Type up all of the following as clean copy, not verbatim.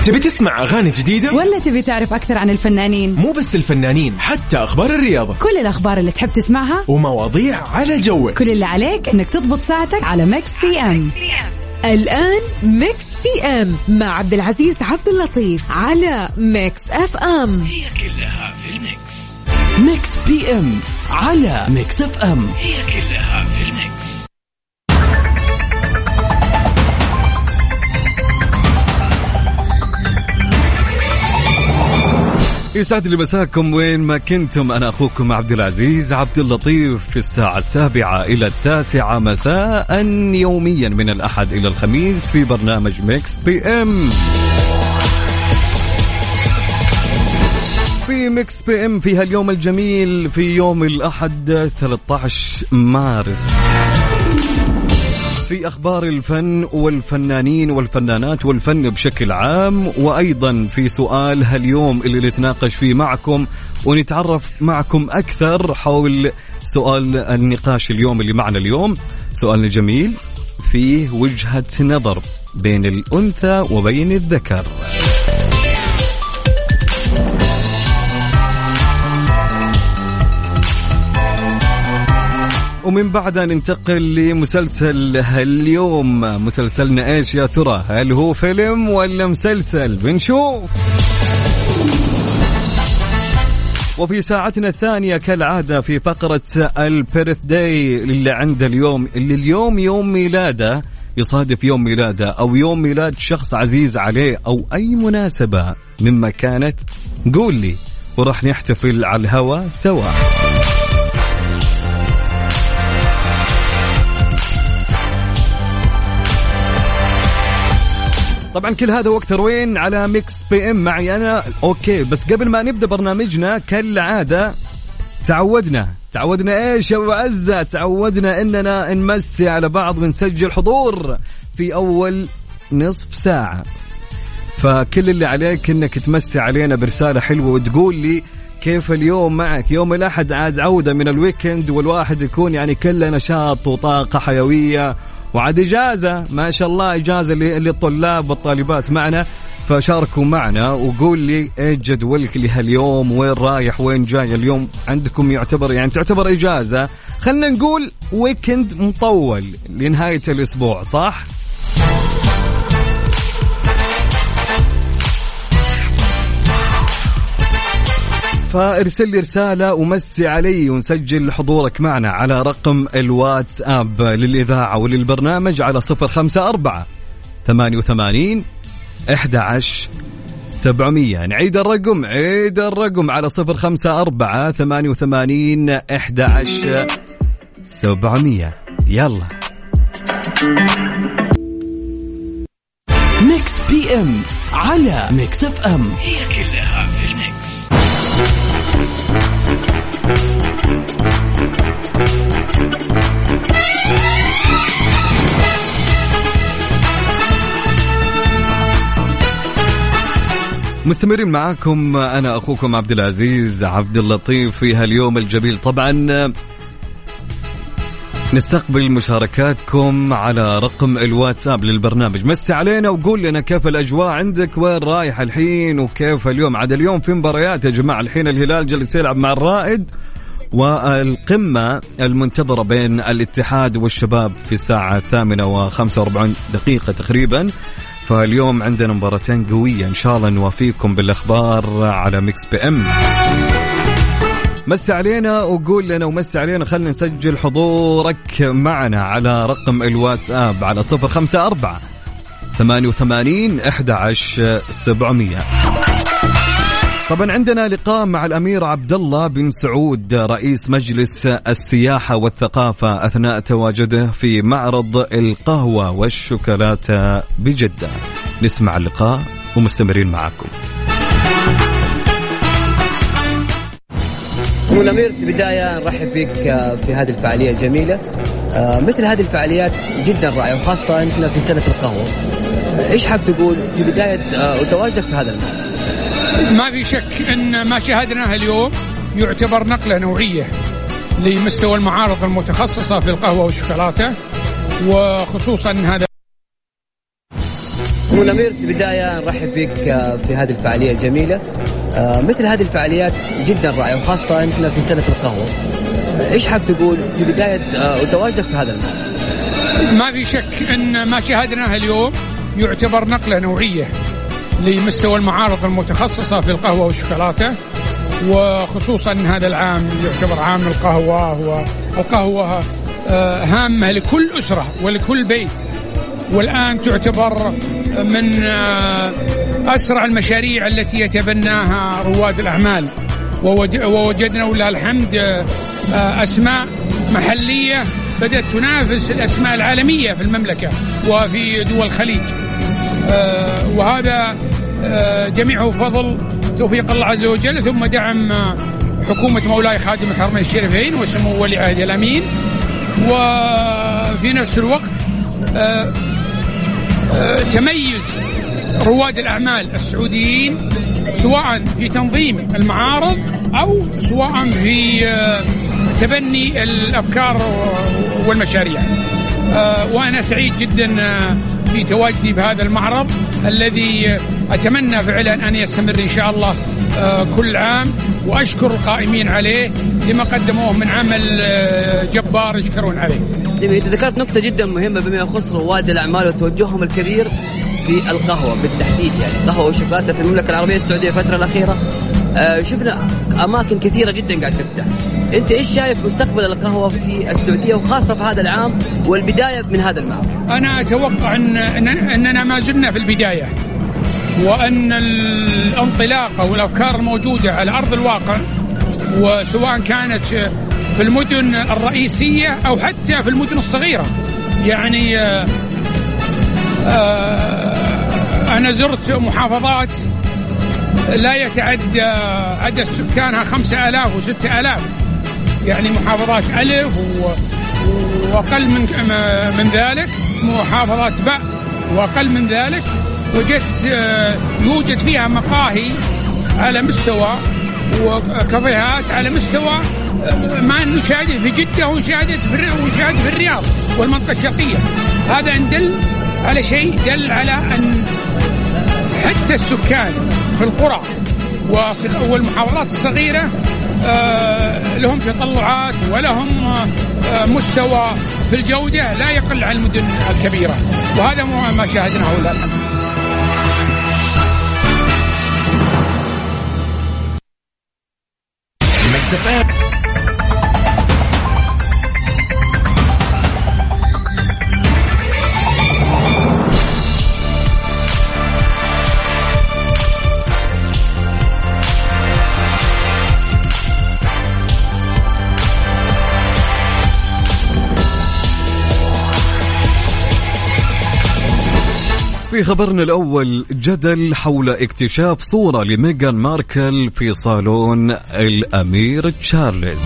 تبي تسمع أغاني جديدة؟ ولا تبي تعرف أكثر عن الفنانين؟ مو بس الفنانين، حتى أخبار الرياضة، كل الأخبار اللي تحب تسمعها ومواضيع على جوك. كل اللي عليك إنك تضبط ساعتك على ميكس بي ام. الآن ميكس بي ام مع عبد العزيز عبد اللطيف على ميكس اف ام. هي كلها في الميكس. ميكس بي ام على ميكس اف ام. هي كلها في الميكس. يسعد لي مساكم وين ما كنتم. أنا أخوكم عبد العزيز عبد اللطيف في الساعة 7 إلى 9 مساء يوميا من الأحد إلى الخميس في برنامج ميكس بي ام. في ميكس بي ام في هاليوم الجميل، في يوم الأحد 13 مارس، في أخبار الفن والفنانين والفنانات والفن بشكل عام، وأيضا في سؤال هاليوم اللي نتناقش فيه معكم ونتعرف معكم أكثر حول سؤال النقاش اليوم اللي معنا اليوم. سؤالنا جميل، فيه وجهة نظر بين الأنثى وبين الذكر. ومن بعدها ننتقل لمسلسل هاليوم. مسلسلنا ايش يا ترى؟ هل هو فيلم ولا مسلسل؟ بنشوف. وفي ساعتنا الثانية كالعادة في فقرة البيرث داي اللي عند اليوم، اللي اليوم يوم ميلاده، يصادف يوم ميلاده أو يوم ميلاد شخص عزيز عليه أو أي مناسبة مما كانت، قول لي وراح نحتفل على الهوا سوا. طبعا كل هذا وأكثر وين على ميكس بي ام معي أنا. أوكي، بس قبل ما نبدأ برنامجنا كالعادة تعودنا إيش يا أبو عزة؟ تعودنا إننا نمسي على بعض ونسجل حضور في أول نصف ساعة. فكل اللي عليك إنك تمسي علينا برسالة حلوة وتقول لي كيف اليوم معك. يوم الأحد عاد عودة من الويكند، والواحد يكون يعني كله نشاط وطاقة حيوية، وعاد إجازة ما شاء الله، إجازة للطلاب والطالبات معنا. فشاركوا معنا وقول لي إيه جدولك لهاليوم، وين رايح وين جاي. اليوم عندكم يعتبر يعني تعتبر إجازة، خلنا نقول ويكند مطول لنهاية الأسبوع، صح؟ فارسل لي رسالة ومسي علي ونسجل حضورك معنا على رقم الواتساب للإذاعة وللبرنامج على 054 88 11 700. نعيد الرقم على 054 88 11 700. يلا ميكس بي ام على ميكس اف ام. هي كلها في الميكس. مستمرين معاكم، أنا أخوكم عبد العزيز عبد اللطيف في هاليوم الجميل. طبعا نستقبل مشاركاتكم على رقم الواتساب للبرنامج. مسي علينا وقول لنا كيف الأجواء عندك، وين رايح الحين، وكيف اليوم. عاد اليوم في مباريات يا جماعة، الحين الهلال جالس يلعب مع الرائد، والقمة المنتظرة بين الاتحاد والشباب في الساعة 8:45 تقريبا. فاليوم عندنا مباراتين قوية، إن شاء الله نوافيكم بالأخبار على ميكس بي ام. مسي علينا وقول لنا ومسي علينا، خلنا نسجل حضورك معنا على رقم الواتساب على 054 88 11 700. طبعا عندنا لقاء مع الأمير عبد الله بن سعود رئيس مجلس السياحة والثقافة أثناء تواجده في معرض القهوة والشوكولاتة بجدة. نسمع اللقاء ومستمرين معكم. سمو الأمير، في البداية نرحب فيك في هذه الفعالية الجميلة. مثل هذه الفعاليات جدا رائعة، وخاصة أنتنا في سنة القهوة. إيش حاب تقول في بداية تواجدك في هذا المعرض؟ ما في شك أن ما شاهدناه اليوم يعتبر نقلة نوعية لمستوى المعارض المتخصصة في القهوة والشوكولاتة، وخصوصا هذا سمو الأمير في البداية نرحب فيك في هذه الفعالية الجميلة. مثل هذه الفعاليات جدا رائعة، وخاصة أننا في سنة القهوة. إيش حاب تقول في بداية تواجدك في هذا الموضوع؟ ما في شك أن ما شاهدناه اليوم يعتبر نقلة نوعية لمستوى المعارض المتخصصة في القهوة والشوكولاتة، وخصوصا هذا العام يعتبر عام القهوة، والقهوة هامة لكل أسرة ولكل بيت، والآن تعتبر من أسرع المشاريع التي يتبناها رواد الأعمال، ووجدنا ولله الحمد أسماء محلية بدأت تنافس الأسماء العالمية في المملكة وفي دول الخليج، وهذا جميعه فضل توفيق الله عز وجل، ثم دعم حكومة مولاي خادم الحرمين الشريفين وسمو ولي عهد الأمين. وفي نفس الوقت تميز رواد الأعمال السعوديين سواء في تنظيم المعارض أو سواء في تبني الأفكار والمشاريع. وأنا سعيد جدا في تواجدي بهذا المعرض الذي أتمنى فعلا أن يستمر إن شاء الله كل عام، وأشكر القائمين عليه لما قدموه من عمل جبار يشكرون عليه. أنت ذكرت نقطة جدا مهمة بما يخص رواد الأعمال وتوجههم الكبير في القهوة بالتحديد، يعني القهوة والشوكولاتة في المملكة العربية السعودية الفترة الأخيرة شفنا أماكن كثيرة جدا قاعد تفتح. أنت إيش شايف مستقبل القهوة في السعودية وخاصة في هذا العام والبداية من هذا المعرض؟ أنا أتوقع أننا ما زلنا في البداية، وأن الانطلاقة والأفكار الموجودة على أرض الواقع، وسواء كانت في المدن الرئيسية أو حتى في المدن الصغيرة. يعني أنا زرت محافظات لا يتعدى عدد سكانها 5000 و6000، يعني محافظات ألف وأقل من ذلك، محافظات باء وأقل من ذلك. وجدت يوجد فيها مقاهي على مستوى وكافيهات على مستوى ما نشاهده في جدة ونشاهده في الرياض والمنطقة الشرقية. هذا يدل على شيء، دل على أن حتى السكان في القرى والمحافظات الصغيرة لهم تطلعات ولهم مستوى في الجودة لا يقل عن المدن الكبيرة، وهذا ما شاهدناه الآن. في خبرنا الأول جدل حول اكتشاف صورة لميغان ماركل في صالون الأمير تشارلز.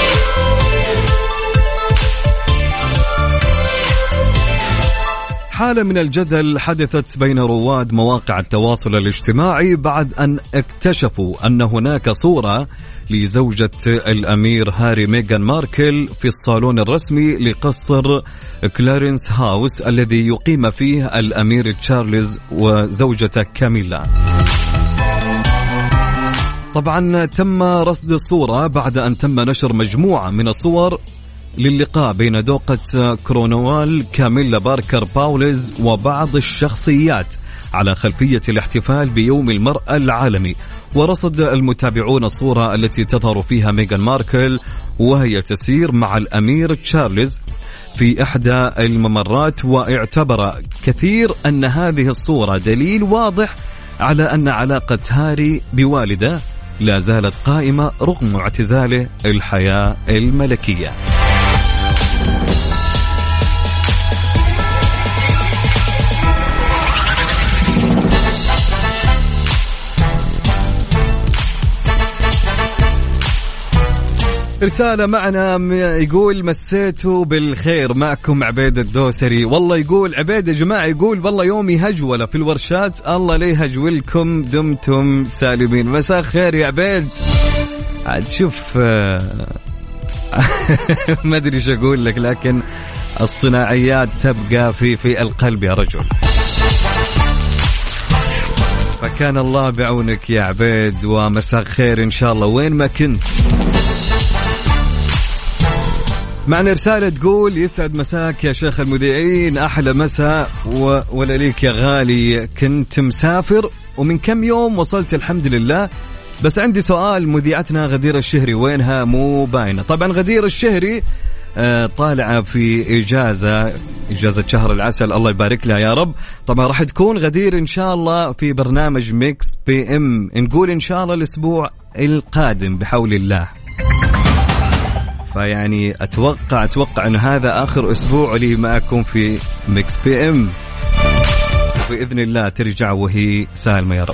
حالة من الجدل حدثت بين رواد مواقع التواصل الاجتماعي بعد أن اكتشفوا أن هناك صورة لزوجة الأمير هاري ميغان ماركل في الصالون الرسمي لقصر كلارنس هاوس الذي يقيم فيه الأمير تشارلز وزوجته كاميلا. طبعا تم رصد الصورة بعد أن تم نشر مجموعة من الصور للقاء بين دوقة كرونوال كاميلا باركر باولز وبعض الشخصيات على خلفية الاحتفال بيوم المرأة العالمي. ورصد المتابعون الصورة التي تظهر فيها ميغان ماركل وهي تسير مع الأمير تشارلز في إحدى الممرات، واعتبر كثير أن هذه الصورة دليل واضح على أن علاقة هاري بوالده لا زالت قائمة رغم اعتزاله الحياة الملكية. رسالة معنا يقول مسيتوا بالخير، معكم عبيد الدوسري. والله يقول عبيد يا جماعة، يقول والله يومي هجولة في الورشات، الله ليه هجولكم دمتم سالمين. مساء خير يا عبيد. عاد شوف ما أدري إيش أقول لك، لكن الصناعيات تبقى في القلب يا رجل. فكان الله بعونك يا عبيد، ومساء خير إن شاء الله وين ما كنت. معنا رسالة تقول يسعد مساك يا شيخ المذيعين، أحلى مساء ولا ليك يا غالي. كنت مسافر ومن كم يوم وصلت الحمد لله، بس عندي سؤال، مذيعتنا غدير الشهري وينها؟ مو باينة. طبعا غدير الشهري طالعة في إجازة شهر العسل، الله يبارك لها يا رب. طبعا راح تكون غدير إن شاء الله في برنامج ميكس بي ام، نقول إن شاء الله الأسبوع القادم بحول الله. فيعني أتوقع أن هذا آخر أسبوع لي معكم في ميكس بي ام، وبإذن الله ترجع وهي سالمة يا رب.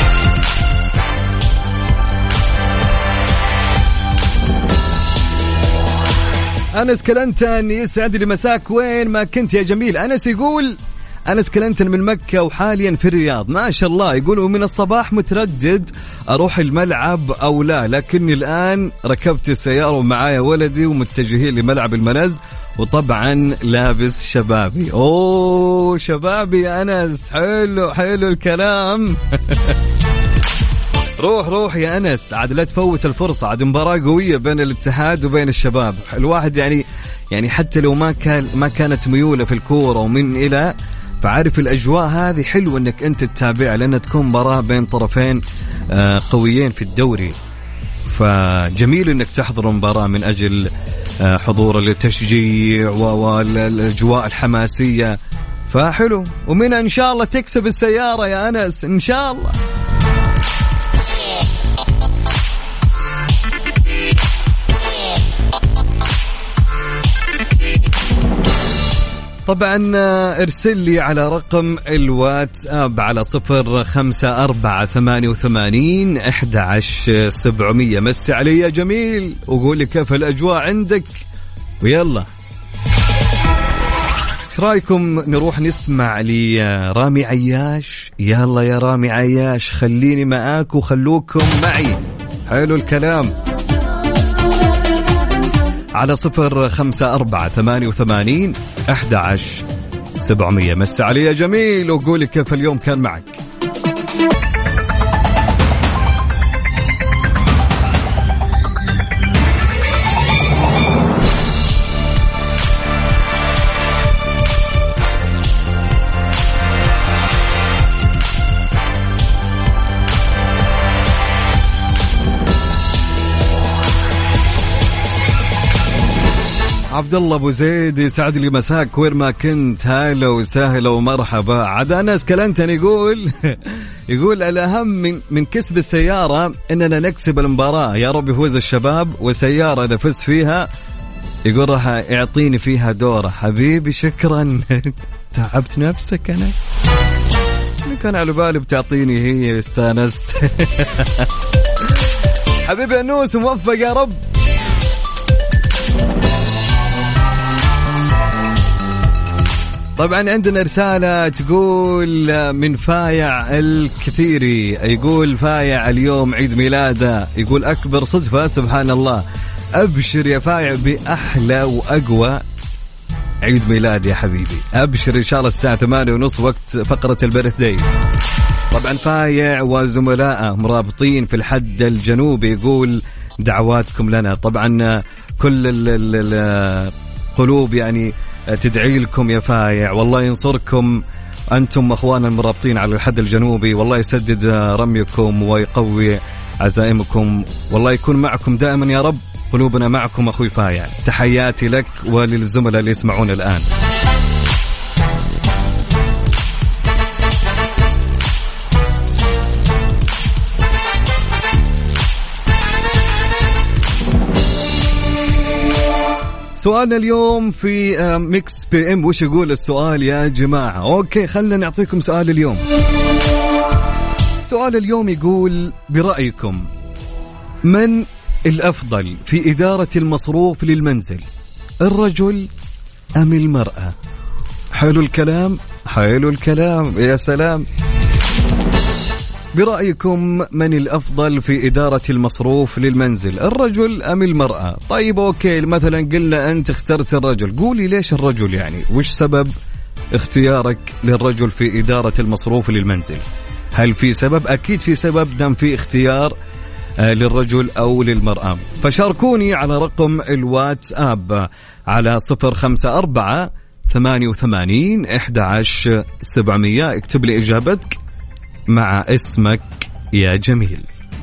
أنس كلنتن يسعد لي مساك وين ما كنت يا جميل. أنس يقول أنس كلنتن من مكة وحاليا في الرياض، ما شاء الله. يقول ومن الصباح متردد أروح الملعب أو لا، لكني الآن ركبت السيارة ومعايا ولدي ومتجهين لملعب المنز، وطبعا لابس شبابي. أوه شبابي يا أنس، حلو الكلام. روح يا أنس، عاد لا تفوت الفرصة، عاد مباراة قوية بين الاتحاد وبين الشباب. الواحد يعني حتى لو ما كانت ميولة في الكورة ومن إلى، فعارف الأجواء هذه حلوة أنك أنت تتابع، لأنها تكون مباراة بين طرفين قويين في الدوري. فجميل أنك تحضر مباراة من أجل حضور التشجيع والأجواء الحماسية، فحلو. ومن إن شاء الله تكسب السيارة يا أنس إن شاء الله. طبعا ارسل لي على رقم الواتساب على 0548811700. مسي علي يا جميل وقول لي كيف الأجواء عندك، ويلا ايش رايكم نروح نسمع لي رامي عياش؟ يلا يا رامي عياش، خليني معاك وخلوكم معي. حلو الكلام. على 0548811700. مسي علي يا جميل وقولي كيف اليوم كان معك. عبد الله ابو زيد يسعد لي مساك وين ما كنت، هلا وسهلا ومرحبا. عاد انس كلنتن يقول الاهم من كسب السياره اننا نكسب المباراه، يا رب يفوز الشباب، وسياره اذا فزت فيها يقول راح يعطيني فيها دوره. حبيبي شكرا. تعبت نفسك انس، كان على بالي بتعطيني هي، استانست. حبيبي انوس موفق يا رب. طبعا عندنا رسالة تقول من فايع الكثيري، يقول فايع اليوم عيد ميلاده، يقول أكبر صدفة سبحان الله. أبشر يا فايع بأحلى وأقوى عيد ميلاد يا حبيبي، أبشر إن شاء الله الساعة 8:30 وقت فقرة البرثدي. طبعا فايع وزملائه مرابطين في الحد الجنوبي، يقول دعواتكم لنا. طبعا كل القلوب يعني تدعي لكم يا فايع، والله ينصركم أنتم أخوانا المرابطين على الحد الجنوبي، والله يسدد رميكم ويقوي عزائمكم، والله يكون معكم دائما يا رب. قلوبنا معكم أخوي فايع. تحياتي لك وللزملاء اللي يسمعون الآن. سؤالنا اليوم في ميكس بي ام، وش يقول السؤال يا جماعة؟ اوكي خلنا نعطيكم سؤال اليوم. سؤال اليوم يقول برأيكم من الأفضل في إدارة المصروف للمنزل، الرجل أم المرأة؟ حلو الكلام، حلو الكلام، يا سلام. برأيكم من الأفضل في إدارة المصروف للمنزل، الرجل أم المرأة؟ طيب أوكي، مثلا قلنا أنت اخترت الرجل، قولي ليش الرجل، يعني وش سبب اختيارك للرجل في إدارة المصروف للمنزل؟ هل في سبب؟ أكيد في سبب دام في اختيار للرجل أو للمرأة. فشاركوني على رقم الواتساب على 054-88-11-700. اكتب لي إجابتك مع اسمك يا جميل.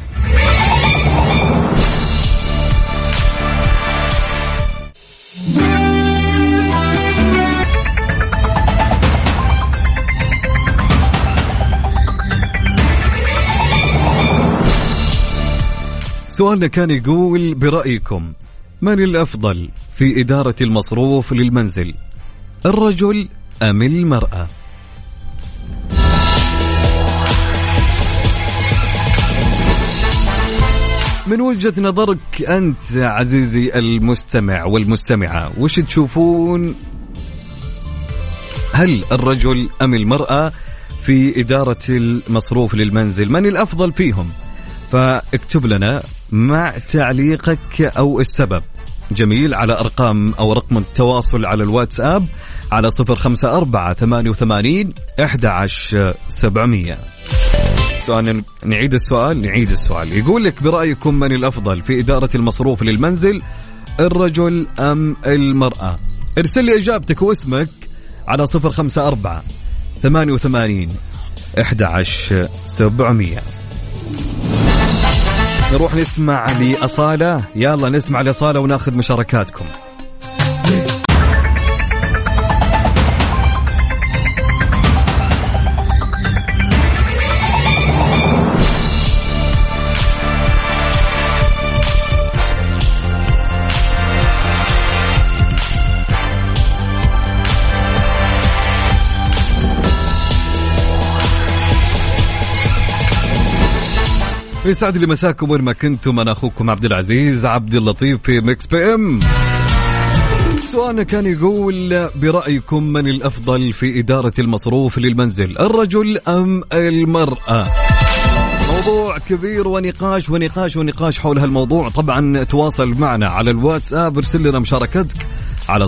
سؤالنا كان يقول برأيكم من الأفضل في إدارة المصروف للمنزل، الرجل أم المرأة؟ من وجهة نظرك أنت عزيزي المستمع والمستمعة، وش تشوفون؟ هل الرجل أم المرأة في إدارة المصروف للمنزل؟ من الأفضل فيهم؟ فاكتب لنا مع تعليقك أو السبب. جميل. على أرقام أو رقم التواصل على الواتساب على 054-88-11-700. سؤال نعيد السؤال. يقول لك برأيكم من الأفضل في إدارة المصروف للمنزل، الرجل أم المرأة؟ ارسل لي إجابتك واسمك على 054-88-11-700. نروح نسمع لأصالة. يلا نسمع لأصالة وناخذ مشاركاتكم. يسعد لي مساكم وين ما كنتم. أنا أخوكم عبد العزيز عبد اللطيف في ميكس بي ام. سؤالنا كان يقول برأيكم من الأفضل في إدارة المصروف للمنزل، الرجل أم المرأة؟ موضوع كبير ونقاش حول هالموضوع. طبعا تواصل معنا على الواتساب، ارسل لنا مشاركتك على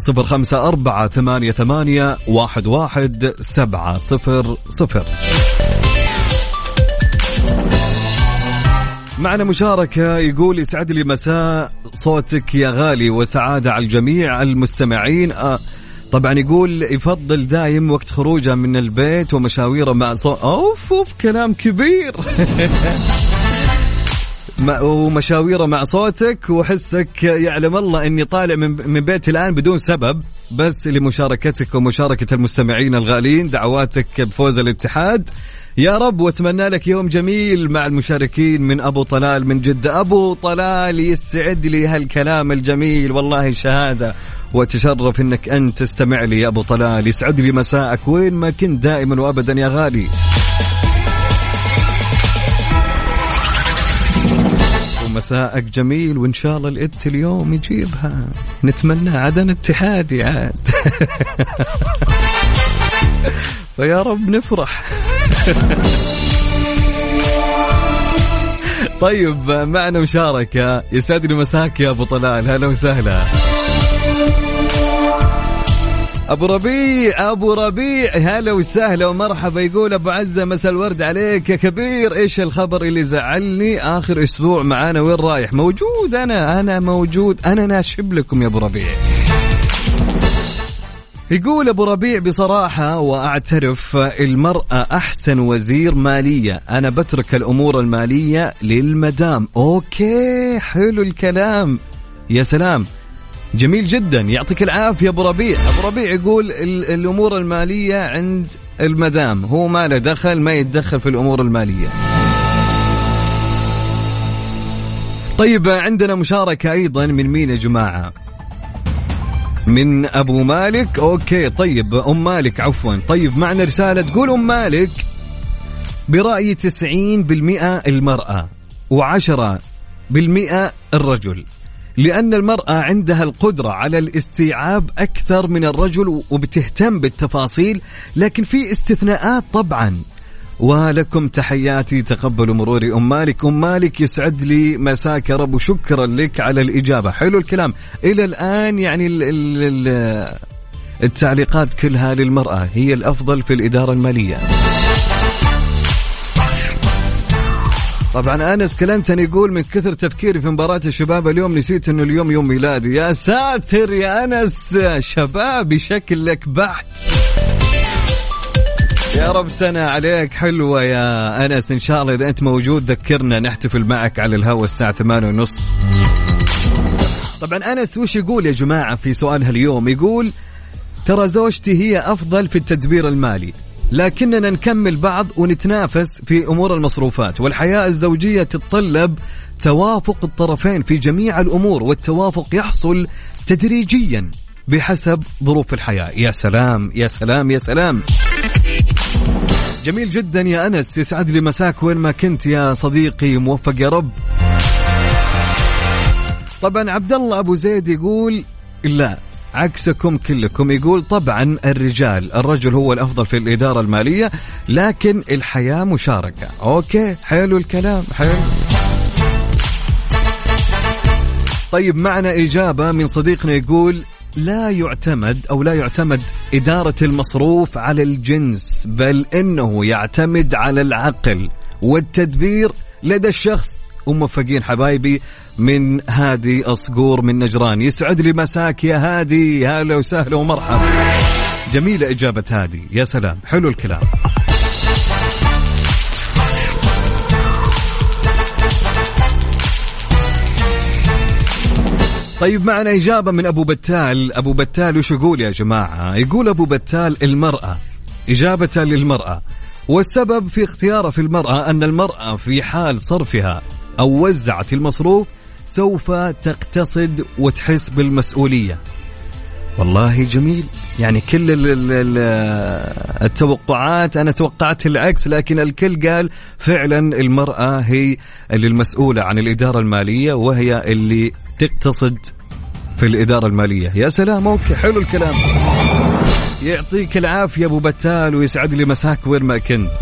054-88-11-700. معنا مشاركة يقول يسعد لي مساء صوتك يا غالي وسعادة على الجميع المستمعين. طبعا يقول يفضل دايم وقت خروجه من البيت ومشاويره مع أوف كلام كبير. ومشاويره مع صوتك وحسك. يعلم الله أني طالع من بيتي الآن بدون سبب، بس لمشاركتك ومشاركة المستمعين الغالين. دعواتك بفوز الاتحاد يا رب، واتمنى لك يوم جميل مع المشاركين. من أبو طلال من جدة. أبو طلال يستعد لي هالكلام الجميل، والله شهادة وتشرف أنك أنت تستمع لي يا أبو طلال. يسعد لي مساءك وين ما كنت دائما وأبدا يا غالي. ومساءك جميل، وإن شاء الله الإت اليوم يجيبها، نتمنى عدن اتحادي عاد. فيا رب نفرح. طيب معنا مشاركة. يسعد لي مساك يا أبو طلال، هلا وسهلا. أبو ربيع هلا وسهلا ومرحبا. يقول أبو عزة مساء الورد عليك يا كبير، إيش الخبر اللي زعلني آخر أسبوع معانا؟ وين رايح؟ موجود أنا موجود، أنا ناشب لكم يا أبو ربيع. يقول أبو ربيع بصراحة وأعترف المرأة أحسن وزير مالية، أنا بترك الأمور المالية للمدام. أوكي حلو الكلام، يا سلام جميل جدا، يعطيك العافية أبو ربيع. أبو ربيع يقول الأمور المالية عند المدام، هو ما له دخل، ما يتدخل في الأمور المالية. طيب عندنا مشاركة أيضا من مين يا جماعة؟ من أبو مالك. أوكي طيب أم مالك عفوا. طيب معنا رسالة تقول أم مالك برأيي 90% المرأة و10% الرجل، لأن المرأة عندها القدرة على الاستيعاب أكثر من الرجل وبتهتم بالتفاصيل، لكن في استثناءات طبعا. ولكم تحياتي، تقبلوا مروري أم مالك. أم مالك يسعد لي مساك يا رب، وشكرا لك على الإجابة. حلو الكلام. إلى الآن يعني التعليقات كلها للمرأة هي الأفضل في الإدارة المالية. طبعا أنس كلنتن يقول من كثر تفكيري في مباراة الشباب اليوم نسيت أنه اليوم يوم ميلادي. يا ساتر يا أنس، شبابي شكلك بحت. يا رب سنة عليك حلوة يا أنس. إن شاء الله إذا أنت موجود ذكرنا نحتفل معك على الهواء الساعة 8:30. طبعا أنس وش يقول يا جماعة في سؤالها اليوم؟ يقول ترى زوجتي هي أفضل في التدبير المالي، لكننا نكمل بعض ونتنافس في أمور المصروفات، والحياة الزوجية تتطلب توافق الطرفين في جميع الأمور، والتوافق يحصل تدريجيا بحسب ظروف الحياة. يا سلام يا سلام يا سلام، جميل جدا يا أنس. يسعد لي مساك وين ما كنت يا صديقي، موفق يا رب. طبعا عبد الله أبو زيد يقول لا عكسكم كلكم، يقول طبعا الرجل هو الأفضل في الإدارة المالية، لكن الحياة مشاركة. أوكي حلو الكلام، حلو. طيب معنا إجابة من صديقنا يقول لا يعتمد إدارة المصروف على الجنس، بل إنه يعتمد على العقل والتدبير لدى الشخص. وموفقين حبايبي من هادي أصقور من نجران. يسعد لي مساك يا هادي، هلا وسهلا ومرحبا. جميلة إجابة هادي، يا سلام حلو الكلام. طيب معنا إجابة من أبو بتال. أبو بتال وش يقول يا جماعة؟ يقول أبو بتال المرأة، إجابة للمرأة، والسبب في اختياره في المرأة أن المرأة في حال صرفها أو وزعت المصروف سوف تقتصد وتحس بالمسؤولية. والله جميل، يعني كل التوقعات أنا توقعت العكس، لكن الكل قال فعلا المرأة هي اللي المسؤولة عن الإدارة المالية، وهي اللي تقتصد في الإدارة المالية. يا سلام، أوكي حلو الكلام. يعطيك العافية أبو بتال، ويسعد لي مساك وين ما كنت.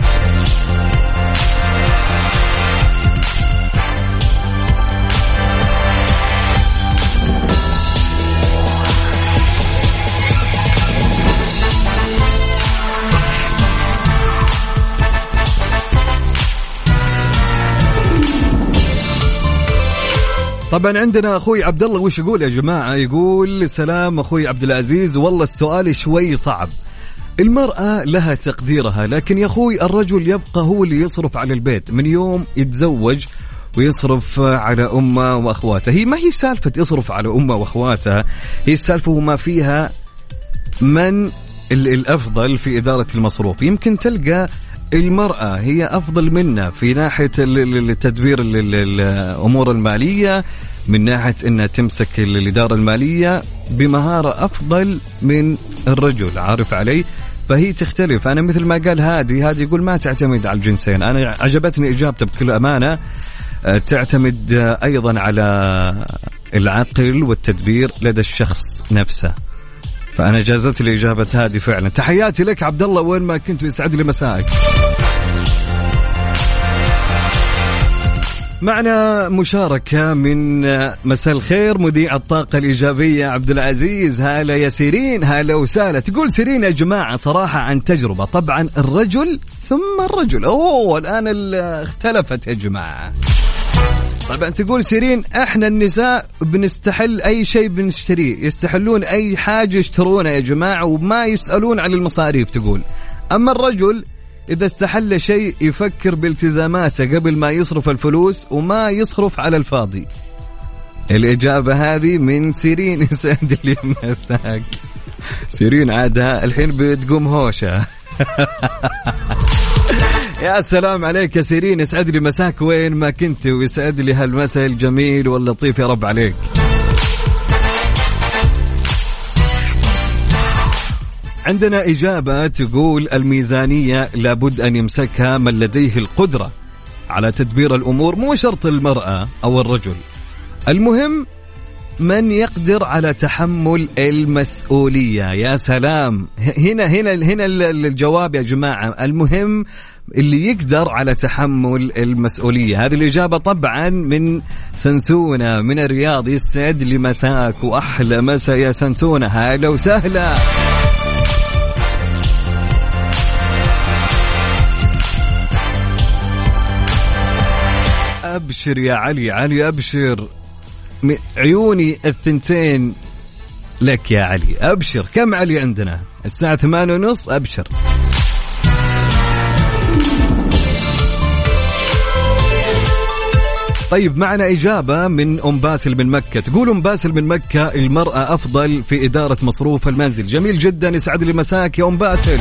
طبعا عندنا أخوي عبد الله وش يقول يا جماعة؟ يقول سلام أخوي عبد العزيز، والله السؤال شوي صعب. المرأة لها تقديرها، لكن يا أخوي الرجل يبقى هو اللي يصرف على البيت من يوم يتزوج، ويصرف على أمه وأخواته. هي ما هي سالفة يصرف على أمه وأخواته، هي السالفة وما فيها من الأفضل في إدارة المصروف. يمكن تلقى المرأة هي أفضل منا في ناحية التدبير الأمور المالية، من ناحية أنها تمسك الإدارة المالية بمهارة أفضل من الرجل، عارف علي؟ فهي تختلف. أنا مثل ما قال هادي يقول ما تعتمد على الجنسين. أنا عجبتني إجابته بكل أمانة، تعتمد أيضا على العقل والتدبير لدى الشخص نفسه. فأنا جازت لي إجابة هادي فعلا. تحياتي لك عبد الله وين ما كنت، ويسعد لي مساك. معنا مشاركة من مساء الخير مذيع الطاقة الإيجابية عبد العزيز. هلا يا سيرين، هلا وسهلا. تقول سيرين يا جماعة صراحة عن تجربة، طبعا الرجل ثم الرجل. الآن اختلفت يا جماعة. طبعا تقول سيرين احنا النساء بنستحل اي شيء بنشتريه، يستحلون اي حاجة يشترونها يا جماعة وما يسألون عن المصاريف. تقول اما الرجل اذا استحل شيء يفكر بالتزاماته قبل ما يصرف الفلوس وما يصرف على الفاضي. الإجابة هذه من سيرين. يسعد لي مساك سيرين، عادها الحين بتقوم هوشة. يا سلام عليك يا سيرين، يسعد لي مساك وين ما كنت، ويسعد لي هالمساء الجميل واللطيف يا رب عليك. عندنا إجابة تقول الميزانية لابد أن يمسكها من لديه القدرة على تدبير الأمور، مو شرط المرأة أو الرجل، المهم من يقدر على تحمل المسؤولية. يا سلام، هنا الجواب يا جماعة، المهم اللي يقدر على تحمل المسؤولية. هذه الإجابة طبعا من سنسونة من الرياض. يسعد لي مساك وأحلى مساء يا سنسونة، هلا وسهلا. أبشر يا علي. علي أبشر، عيوني الثنتين لك يا علي. أبشر. كم علي عندنا؟ الساعة 8:30. أبشر. طيب معنا إجابة من أم باسل من مكة. تقول أم باسل من مكة المرأة أفضل في إدارة مصروف المنزل. جميل جدا، يسعد لي مساك يا أم باسل.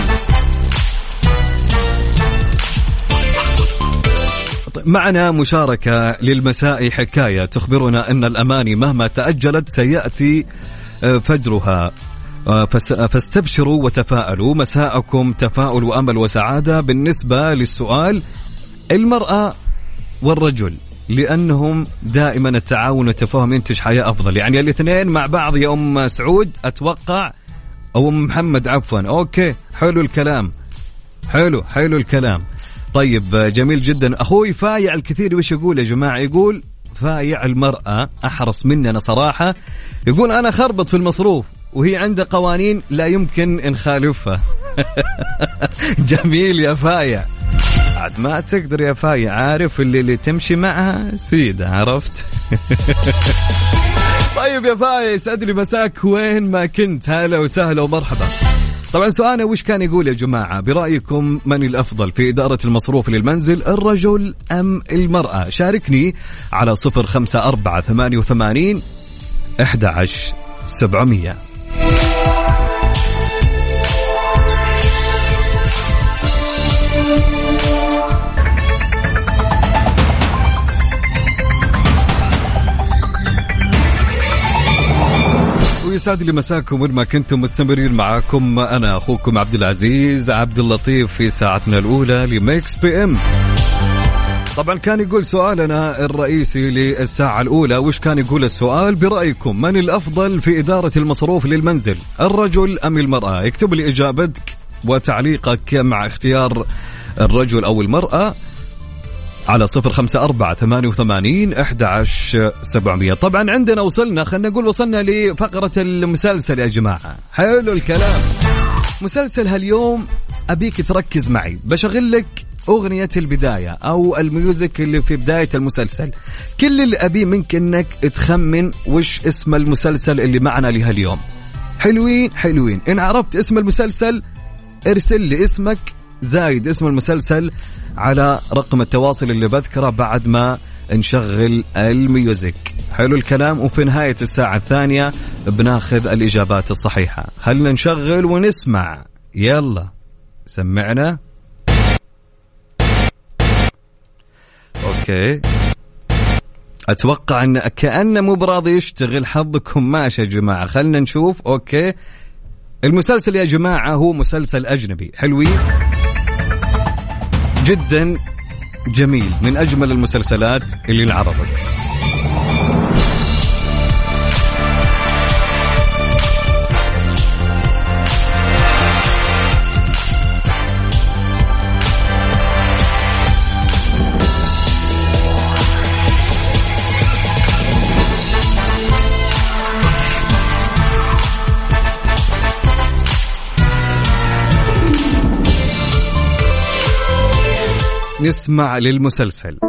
معنا مشاركة للمساء حكاية تخبرنا أن الأماني مهما تأجلت سيأتي فجرها، فاستبشروا وتفاءلوا. مساءكم تفاؤل وأمل وسعادة. بالنسبة للسؤال، المرأة والرجل لأنهم دائما التعاون والتفاهم ينتج حياة أفضل. يعني الاثنين مع بعض يا أم سعود أتوقع، أو أم محمد عفوا. أوكي، حلو الكلام، حلو الكلام. طيب جميل جدا. أخوي فايع الكثير وش يقول يا جماعة؟ يقول فايع المرأة أحرص مننا صراحة. يقول أنا خربط في المصروف وهي عندها قوانين لا يمكن نخالفها. جميل يا فايع، عاد ما تقدر يا فايع، عارف اللي تمشي معها سيدة، عرفت؟ طيب يا فايع يسعد لي مساك وين ما كنت، هلا وسهلا ومرحبا. طبعا سؤالنا وش كان يقول يا جماعة؟ برأيكم من الأفضل في إدارة المصروف للمنزل، الرجل أم المرأة؟ شاركني على 0548811700. يسعد لي مساكم وين ما كنتم مستمرين. معاكم أنا أخوكم عبد العزيز عبد اللطيف في ساعتنا الأولى لميكس بي ام. طبعا كان يقول سؤالنا الرئيسي للساعة الأولى، وش كان يقول السؤال؟ برأيكم من الأفضل في إدارة المصروف للمنزل، الرجل أم المرأة؟ اكتب لي إجابتك وتعليقك مع اختيار الرجل أو المرأة على 0548811700. طبعا عندنا وصلنا، خلنا نقول وصلنا لفقرة المسلسل يا جماعة. حلو الكلام. مسلسل هاليوم أبيك تركز معي، بشغل لك أغنية البداية أو الميوزك اللي في بداية المسلسل. كل اللي أبي منك إنك تخمن وش اسم المسلسل اللي معنا لهاليوم. حلوين. إن عرفت اسم المسلسل ارسل لي اسمك زايد اسم المسلسل على رقم التواصل اللي بذكره بعد ما نشغل الميوزك. حلو الكلام. وفي نهاية الساعة الثانية بناخذ الإجابات الصحيحة. خلنا نشغل ونسمع. يلا سمعنا. أوكي، أتوقع أن كأنه مو براضي يشتغل. حظكم ماشي يا جماعة. خلنا نشوف. أوكي، المسلسل يا جماعة هو مسلسل أجنبي. حلوين جدا، جميل، من أجمل المسلسلات اللي انعرضت. نسمع للمسلسل.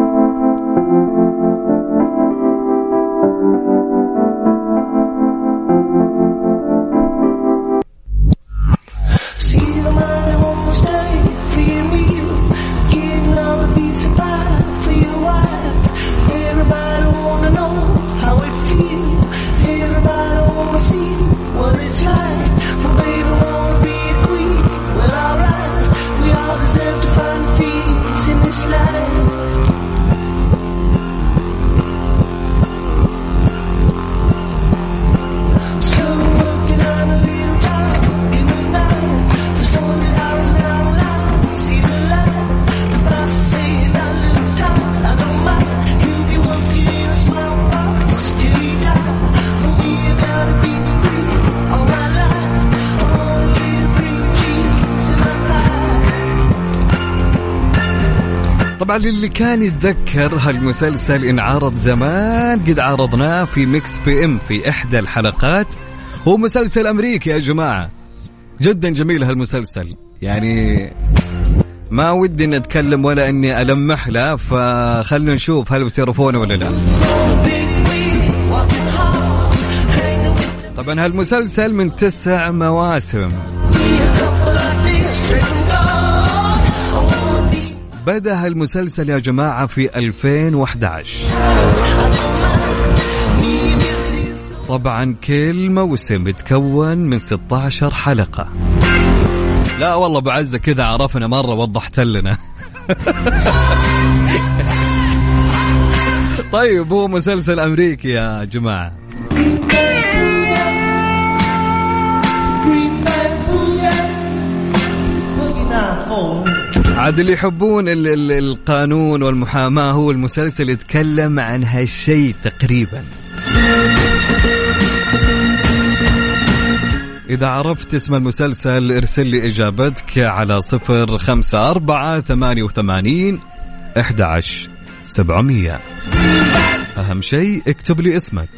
طبعا اللي كان يتذكر هالمسلسل انعرض زمان، قد عرضناه في ميكس بي ام في إحدى الحلقات. هو مسلسل أمريكي يا جماعة، جدا جميل هالمسلسل. يعني ما ودي إني أتكلم ولا إني ألمح له، فخلنا نشوف هل بتعرفونه ولا لا. طبعا هالمسلسل من 9 مواسم، بدأ هالمسلسل يا جماعة في 2011. طبعا كل موسم يتكون من 16 حلقة. لا والله بعزة كذا عرفنا مرة، وضحت لنا. طيب هو مسلسل أمريكي يا جماعة. عاد اللي يحبون القانون والمحاماة، هو المسلسل يتكلم عن هالشيء تقريبا. إذا عرفت اسم المسلسل ارسل لي إجابتك على 0548811700. أهم شيء اكتب لي اسمك.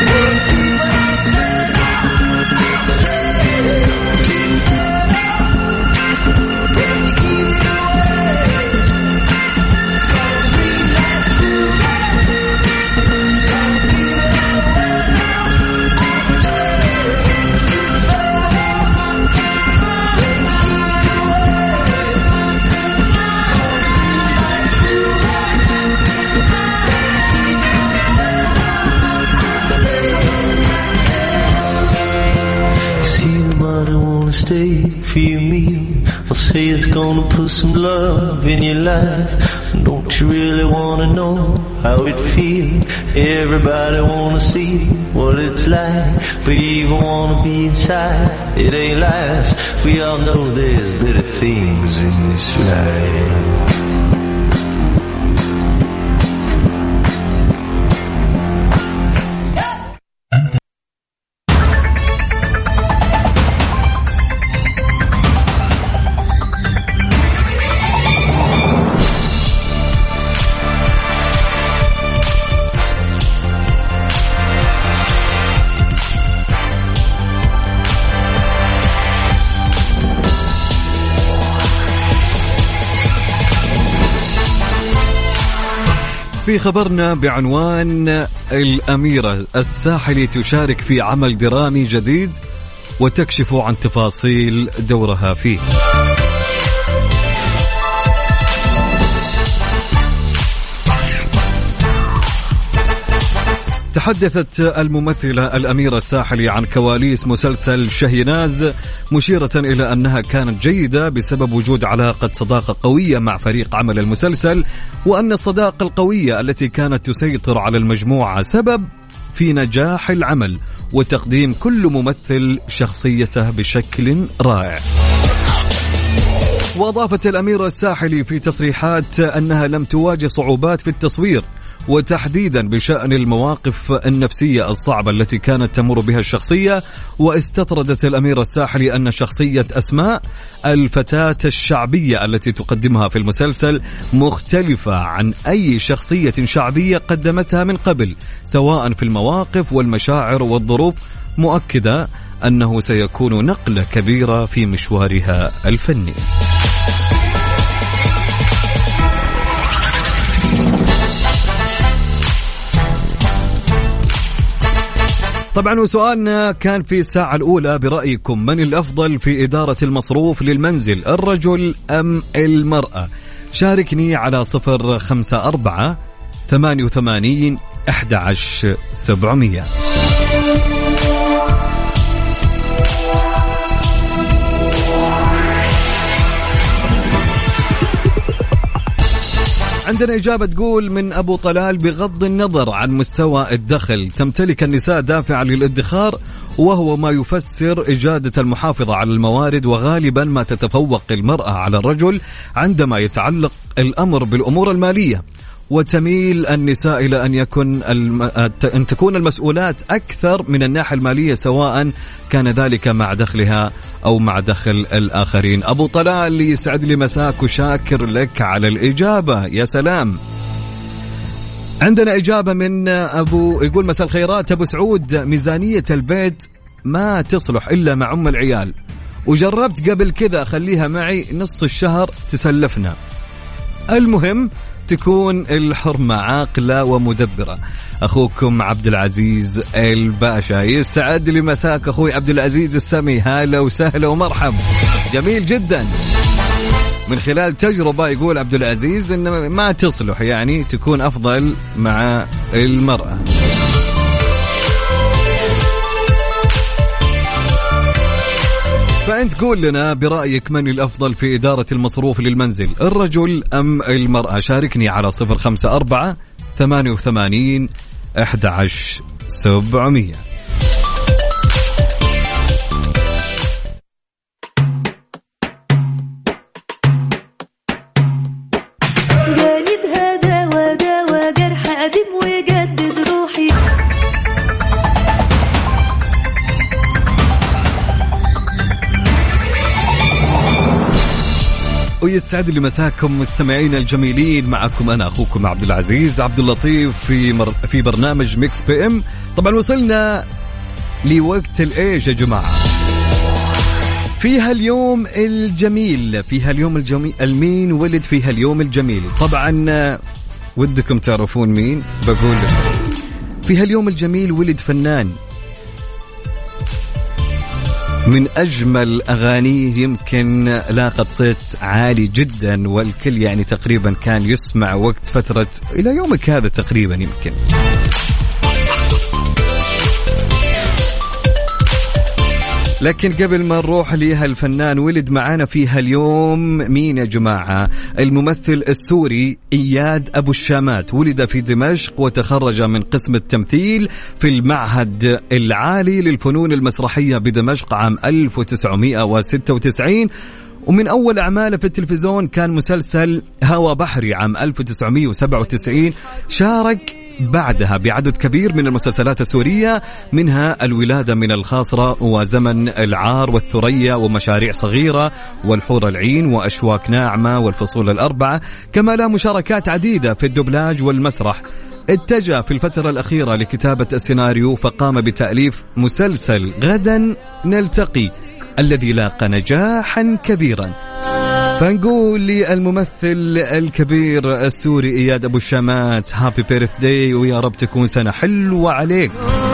Stay for your meal. I'll say it's gonna put some love in your life. Don't you really wanna know how it feels? Everybody wanna see what it's like, but you even wanna be inside. It ain't lies. We all know there's better things in this life. في خبرنا بعنوان الأميرة الساحلي تشارك في عمل درامي جديد وتكشف عن تفاصيل دورها فيه. تحدثت الممثلة الأميرة الساحلي عن كواليس مسلسل شهيناز، مشيرة إلى أنها كانت جيدة بسبب وجود علاقة صداقة قوية مع فريق عمل المسلسل، وأن الصداقة القوية التي كانت تسيطر على المجموعة سبب في نجاح العمل وتقديم كل ممثل شخصيته بشكل رائع. وأضافت الأميرة الساحلي في تصريحات أنها لم تواجه صعوبات في التصوير، وتحديدا بشأن المواقف النفسية الصعبة التي كانت تمر بها الشخصية. واستطردت الأميرة الساحلي أن شخصية أسماء الفتاة الشعبية التي تقدمها في المسلسل مختلفة عن أي شخصية شعبية قدمتها من قبل، سواء في المواقف والمشاعر والظروف، مؤكدة أنه سيكون نقلة كبيرة في مشوارها الفني. طبعا وسؤالنا كان في الساعة الأولى برأيكم من الأفضل في إدارة المصروف للمنزل، الرجل أم المرأة؟ شاركني على 0548811700. عندنا إجابة تقول من أبو طلال: بغض النظر عن مستوى الدخل تمتلك النساء دافع للادخار، وهو ما يفسر إجادة المحافظة على الموارد، وغالبا ما تتفوق المرأة على الرجل عندما يتعلق الأمر بالأمور المالية، وتميل النساء إلى أن تكون المسؤولات أكثر من الناحية المالية، سواء كان ذلك مع دخلها أو مع دخل الآخرين. أبو طلال يسعد لي مساك وشاكر لك على الإجابة، يا سلام. عندنا إجابة من أبو يقول: مساء الخيرات أبو سعود، ميزانية البيت ما تصلح إلا مع أم العيال، وجربت قبل كذا أخليها معي نص الشهر تسلفنا. المهم تكون الحرمة عاقلة ومدبرة. أخوكم عبد العزيز الباشا. يسعد لي مساك أخوي عبد العزيز السمي، هلا وسهلا ومرحب. جميل جدا. من خلال تجربة يقول عبد العزيز إن ما تصلح يعني تكون أفضل مع المرأة. فأنت قول لنا برأيك من الأفضل في إدارة المصروف للمنزل، الرجل أم المرأة؟ شاركني على 054 88 11 700. ويسعد لي مساكم مستمعين الجميلين. معكم أنا أخوكم عبد العزيز عبد اللطيف في برنامج ميكس بي ام. طبعا وصلنا لوقت الإيش يا جماعة؟ فيها اليوم الجميل، فيها اليوم الجميل. المين ولد فيها اليوم الجميل؟ طبعا ودكم تعرفون مين؟ بقول لكم فيها اليوم الجميل ولد فنان من أجمل أغانيه، يمكن لاقت صيت عالي جدا والكل يعني تقريبا كان يسمع وقت فترة إلى يومك هذا تقريبا يمكن. لكن قبل ما نروح ليها الفنان ولد معانا فيها اليوم مين يا جماعة؟ الممثل السوري إياد أبو الشامات. ولد في دمشق وتخرج من قسم التمثيل في المعهد العالي للفنون المسرحية بدمشق عام 1996. ومن أول أعماله في التلفزيون كان مسلسل هوا بحري عام 1997. شارك بعدها بعدد كبير من المسلسلات السورية، منها الولادة من الخاصرة وزمن العار والثريا ومشاريع صغيرة والحور العين وأشواك ناعمة والفصول الأربعة. كما له مشاركات عديدة في الدبلاج والمسرح. اتجه في الفترة الأخيرة لكتابة السيناريو، فقام بتأليف مسلسل غدا نلتقي الذي لاقى نجاحا كبيرا. فنقول للممثل الكبير السوري إياد أبو الشامات هابي بيرث داي، ويا رب تكون سنة حلوة عليك.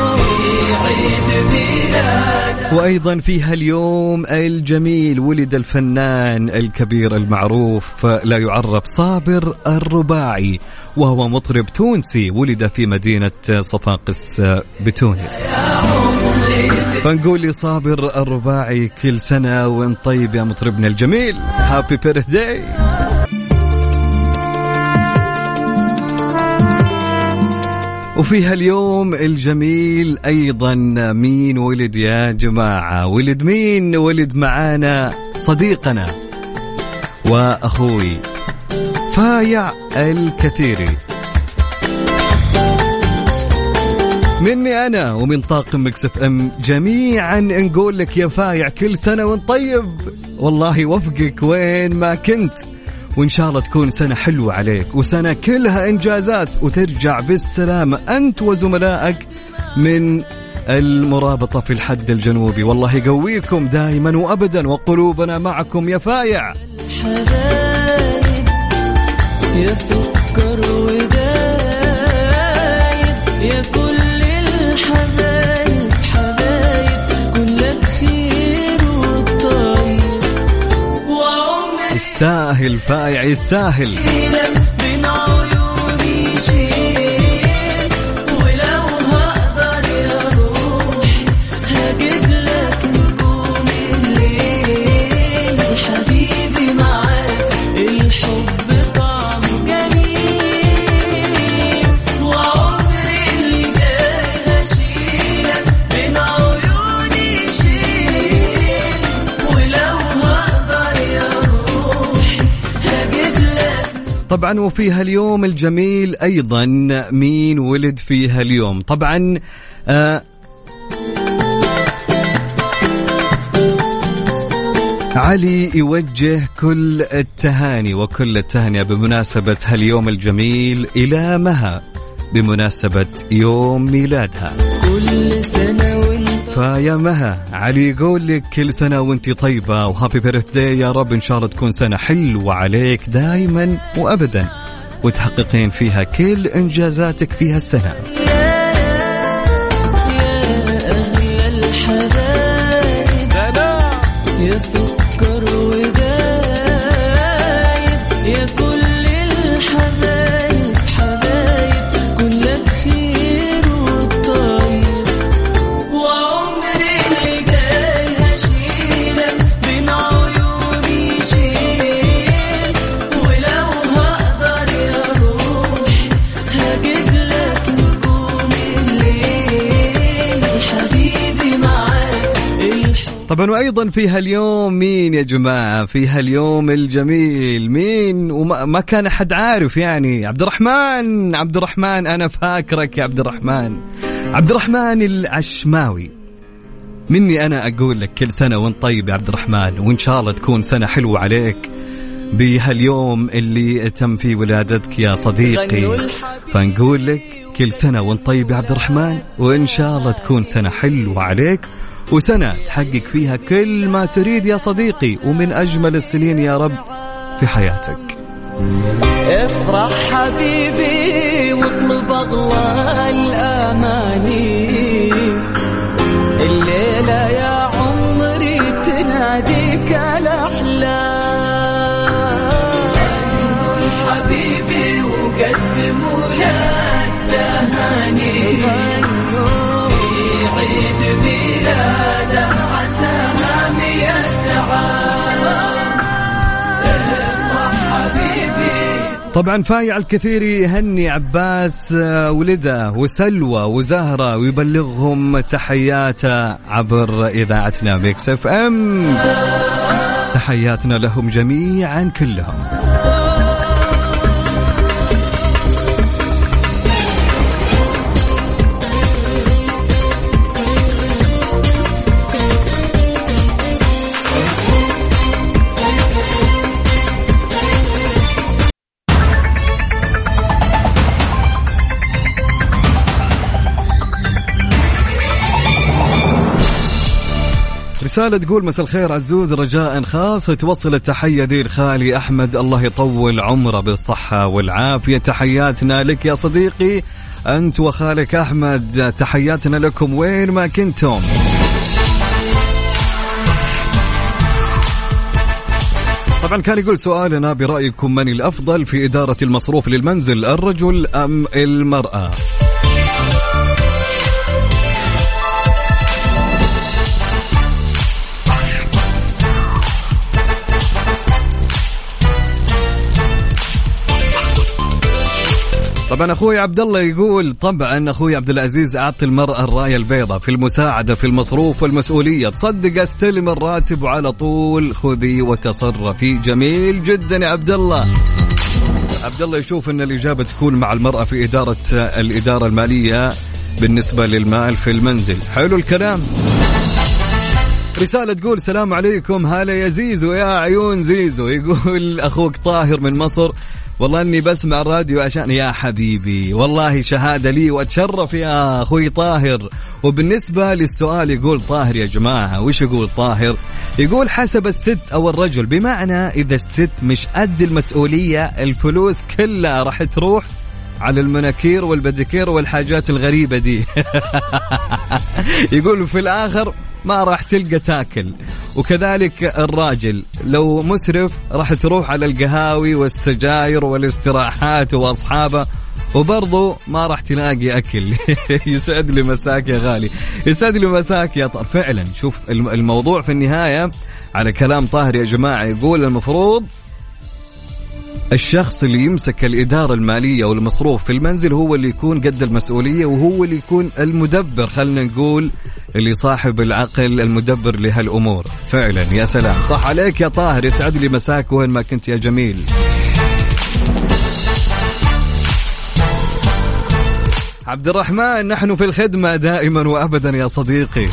وأيضا فيها اليوم الجميل ولد الفنان الكبير المعروف لا يعرف صابر الرباعي، وهو مطرب تونسي ولد في مدينة صفاقس بتونس. فنقول لي صابر الرباعي كل سنة وانت طيب يا مطربنا الجميل، هابي بيرث داي. وفيها اليوم الجميل أيضا مين ولد يا جماعة؟ ولد مين؟ ولد معانا صديقنا وأخوي فايع الكثيري. مني أنا ومن طاقم ميكس اف ام جميعا نقول لك يا فايع كل سنة وانت طيب، والله وفقك وين ما كنت، وإن شاء الله تكون سنة حلوة عليك وسنة كلها إنجازات وترجع بالسلامة أنت وزملائك من المرابطة في الحد الجنوبي. والله يقويكم دائما وأبدا وقلوبنا معكم يا فايع. حبايب يا سكر ودايب يا كل الحبايب، حبايب كلك خير والطيب وعمري يستاهل فايع يستاهل. بين عيوني شيء ولو هقدر يا روح هجيب لك نجوم الليل، حبيبي معاك الحب طعمه جميل وعمري اللي جاي هشيلك بين عيوني شيل ولو هقدر يا روح هجيب لك. طبعا وفيها اليوم الجميل أيضا مين ولد فيها اليوم؟ طبعا علي يوجه كل التهاني وكل التهنئة بمناسبة هاليوم الجميل إلى مها بمناسبة يوم ميلادها. كل سنة وانت فيا مها علي يقول لك كل سنة وانتي طيبة وهابي بيرثداي يا رب، إن شاء الله تكون سنة حلوة عليك دايما وأبدا وتحققين فيها كل إنجازاتك في هالسنة. يا سكر ودايب يا كل الحبايب حبايب كلك خير والطيب، وعمري اللي جاي هشيلك بين عيوني شيل، ولو هقدر يا روح هجيب لك نجوم الليل حبيبي معاك. طبعا وأيضا في هاليوم مين يا جماعة؟ في هاليوم الجميل مين وما كان أحد عارف يعني؟ عبد الرحمن أنا فاكرك يا عبد الرحمن العشماوي. مني أنا أقول لك كل سنة وانت طيب يا عبد الرحمن، وإن شاء الله تكون سنة حلوة عليك بهاليوم اللي تم فيه ولادتك يا صديقي. فنقول لك كل سنة وانت طيب يا عبد الرحمن، وإن شاء الله تكون سنة حلوة عليك وسنة تحقق فيها كل ما تريد يا صديقي، ومن أجمل السنين يا رب في حياتك. افرح حبيبي واطلب أغلى الأماني، الليلة يا عمري تناديك الأحلام، حبيبي وقدموا لك تهاني، عيد ميلاده عساها 100 عام حبيبي. طبعا فايع الكثير يهني عباس ولده وسلوى وزهرة ويبلغهم تحياته عبر إذاعتنا ميكس اف ام. تحياتنا لهم جميعا كلهم. رسالة تقول مساء الخير عزوز، رجاء خاص توصل التحية ذي الخالي أحمد، الله يطول عمره بالصحة والعافية. تحياتنا لك يا صديقي أنت وخالك أحمد، تحياتنا لكم وين ما كنتم. طبعا كان يقول سؤالنا برأيكم من الأفضل في إدارة المصروف للمنزل، الرجل أم المرأة؟ طبعا أخوي عبد الله يقول طبعا أخوي عبد العزيز أعطي المرأة الراية البيضاء في المساعدة في المصروف والمسؤولية، تصدق استلم الراتب وعلى طول خذي وتصرفي. جميل جدا يا عبد الله. عبد الله يشوف أن الإجابة تكون مع المرأة في الإدارة المالية بالنسبة للمال في المنزل. حلو الكلام. رسالة تقول السلام عليكم، هلا يا زيزو يا عيون زيزو. يقول أخوك طاهر من مصر، والله أني بسمع الراديو عشان يا حبيبي، والله شهادة لي وأتشرف يا أخوي طاهر. وبالنسبة للسؤال يقول طاهر يا جماعة، وش يقول طاهر؟ يقول حسب الست أو الرجل، بمعنى إذا الست مش قد المسؤولية الفلوس كلها راح تروح على المناكير والبديكير والحاجات الغريبة دي. يقول في الآخر ما راح تلقى تاكل. وكذلك الراجل لو مسرف راح تروح على القهاوي والسجاير والاستراحات وأصحابه، وبرضو ما راح تلاقي أكل. يسعد لي مساك يا غالي، يسعد لي مساك يا طاهر. فعلا شوف الموضوع في النهاية على كلام طاهر يا جماعة، يقول المفروض الشخص اللي يمسك الإدارة المالية والمصروف في المنزل هو اللي يكون قد المسؤولية، وهو اللي يكون المدبر، خلنا نقول اللي صاحب العقل المدبر لهالأمور. فعلا يا سلام، صح عليك يا طاهر، يسعد لي مساك وين ما كنت يا جميل. عبد الرحمن نحن في الخدمة دائما وأبدا يا صديقي.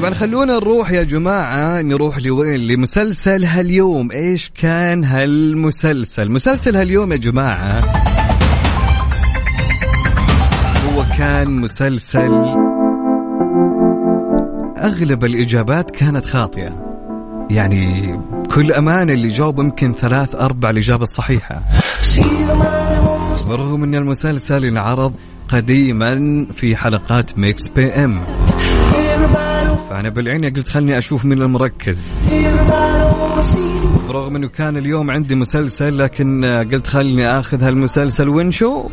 طبعا خلونا نروح يا جماعة، نروح لوين؟ لمسلسل هاليوم. ايش كان هالمسلسل؟ مسلسل هاليوم يا جماعة هو كان مسلسل أغلب الإجابات كانت خاطئة، يعني كل أمانة اللي جاوب يمكن 3-4 الإجابة الصحيحة، برغم أن المسلسل انعرض قديما في حلقات ميكس بي ام. فأنا بالعين قلت خلني أشوف من المركز، برغم أنه كان اليوم عندي مسلسل، لكن قلت خلني أخذ هالمسلسل ونشوف.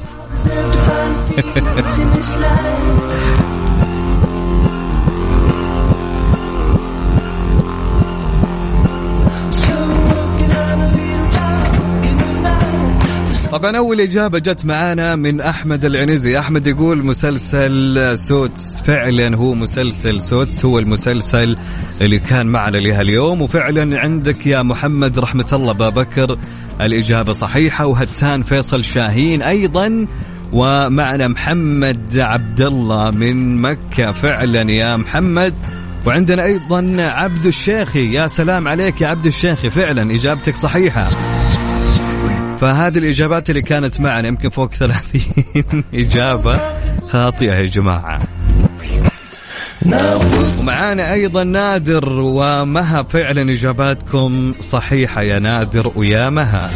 طبعا أول إجابة جت معانا من أحمد العنزي. أحمد يقول مسلسل سوتس. فعلا هو مسلسل سوتس هو المسلسل اللي كان معنا لها اليوم، وفعلا عندك يا محمد رحمة الله بابكر الإجابة صحيحة، وهتان فيصل شاهين أيضا، ومعنا محمد عبد الله من مكة. فعلا يا محمد. وعندنا أيضا عبد الشيخي. يا سلام عليك يا عبد الشيخي، فعلا إجابتك صحيحة. فهذه الإجابات اللي كانت معنا يمكن فوق 30 إجابة خاطئة يا جماعة. ومعانا أيضا نادر ومها. فعلا إجاباتكم صحيحة يا نادر ويا مها.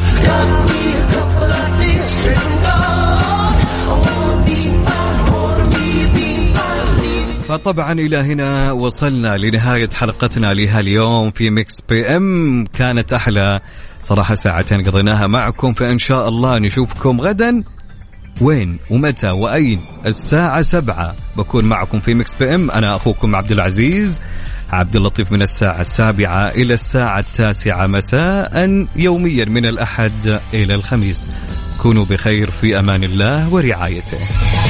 فطبعا إلى هنا وصلنا لنهاية حلقتنا لها اليوم في ميكس بي ام. كانت أحلى صراحة ساعتين قضيناها معكم، فإن شاء الله نشوفكم غدا. وين ومتى وأين؟ الساعة 7 بكون معكم في ميكس بي ام. أنا أخوكم عبد العزيز عبد اللطيف، من الساعة 7 إلى الساعة 9 مساء يوميا من الأحد إلى الخميس. كونوا بخير، في أمان الله ورعايته.